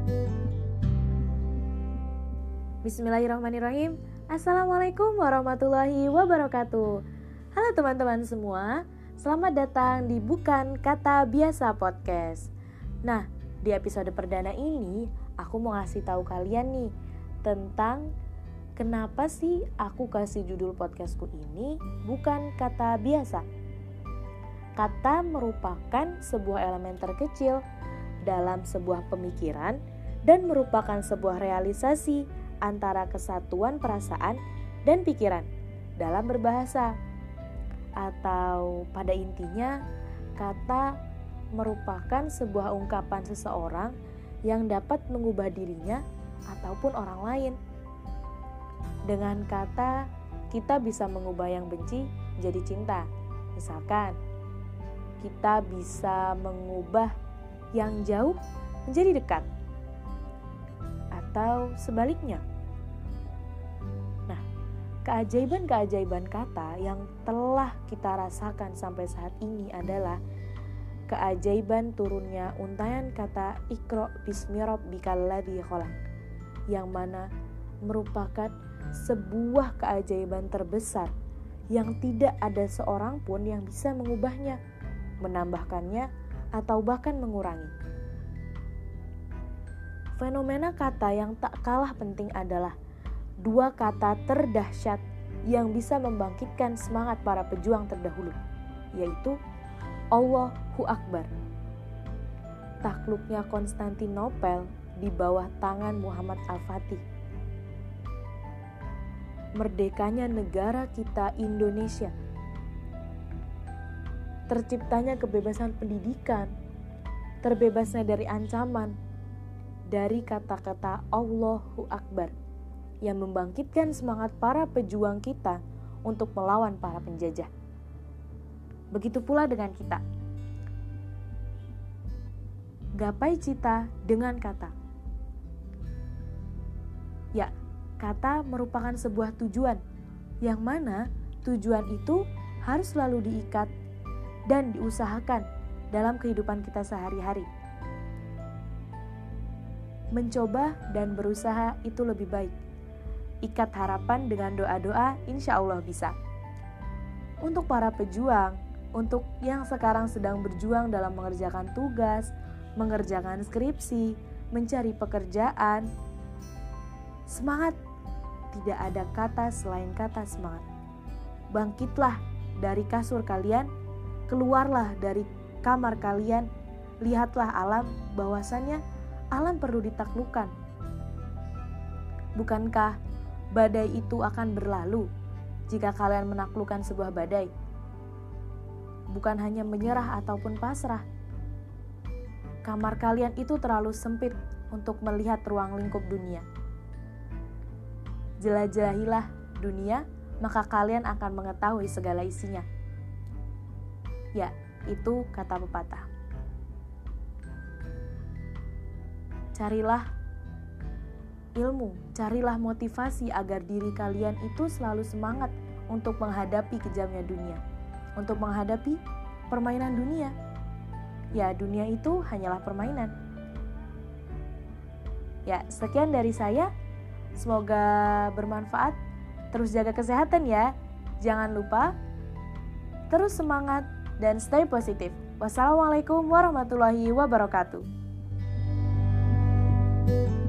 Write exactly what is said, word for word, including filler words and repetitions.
Bismillahirrahmanirrahim. Assalamualaikum warahmatullahi wabarakatuh. Halo teman-teman semua, selamat datang di Bukan Kata Biasa Podcast. Nah, di episode perdana ini aku mau ngasih tahu kalian nih tentang kenapa sih aku kasih judul podcastku ini Bukan Kata Biasa. Kata merupakan sebuah elemen terkecil dalam sebuah pemikiran dan merupakan sebuah realisasi antara kesatuan perasaan dan pikiran dalam berbahasa. Atau pada intinya, kata merupakan sebuah ungkapan seseorang yang dapat mengubah dirinya ataupun orang lain. Dengan kata, kita bisa mengubah yang benci jadi cinta. Misalkan, kita bisa mengubah yang jauh menjadi dekat. Atau sebaliknya. Keajaiban-keajaiban kata yang telah kita rasakan sampai saat ini adalah keajaiban turunnya untayan kata Iqra bismi rabbikal ladzi khalaq, yang mana merupakan sebuah keajaiban terbesar yang tidak ada seorang pun yang bisa mengubahnya, menambahkannya, atau bahkan mengurangi. Fenomena kata yang tak kalah penting adalah dua kata terdahsyat yang bisa membangkitkan semangat para pejuang terdahulu, yaitu Allahu Akbar. Takluknya Konstantinopel di bawah tangan Muhammad Al-Fatih. Merdekanya negara kita Indonesia. Terciptanya kebebasan pendidikan, terbebasnya dari ancaman, dari kata-kata Allahu Akbar, yang membangkitkan semangat para pejuang kita untuk melawan para penjajah. Begitu pula dengan kita. Gapai cita dengan kata. Ya, kata merupakan sebuah tujuan, yang mana tujuan itu harus selalu diikat dan diusahakan dalam kehidupan kita sehari-hari. Mencoba dan berusaha itu lebih baik. Ikat harapan dengan doa-doa, insya Allah bisa. Untuk para pejuang, untuk yang sekarang sedang berjuang dalam mengerjakan tugas, mengerjakan skripsi, mencari pekerjaan, semangat. Tidak ada kata selain kata semangat. Bangkitlah dari kasur kalian, keluarlah dari kamar kalian, lihatlah alam, bahwasannya alam perlu ditaklukkan. Bukankah badai itu akan berlalu jika kalian menaklukkan sebuah badai? Bukan hanya menyerah ataupun pasrah. Kamar kalian itu terlalu sempit untuk melihat ruang lingkup dunia. Jelajahilah dunia, maka kalian akan mengetahui segala isinya. Ya, itu kata pepatah. Carilah ilmu, carilah motivasi agar diri kalian itu selalu semangat untuk menghadapi kejamnya dunia, untuk menghadapi permainan dunia. Ya, dunia itu hanyalah permainan. Ya, sekian dari saya. Semoga bermanfaat. Terus jaga kesehatan ya. Jangan lupa terus semangat dan stay positif. Wassalamualaikum warahmatullahi wabarakatuh.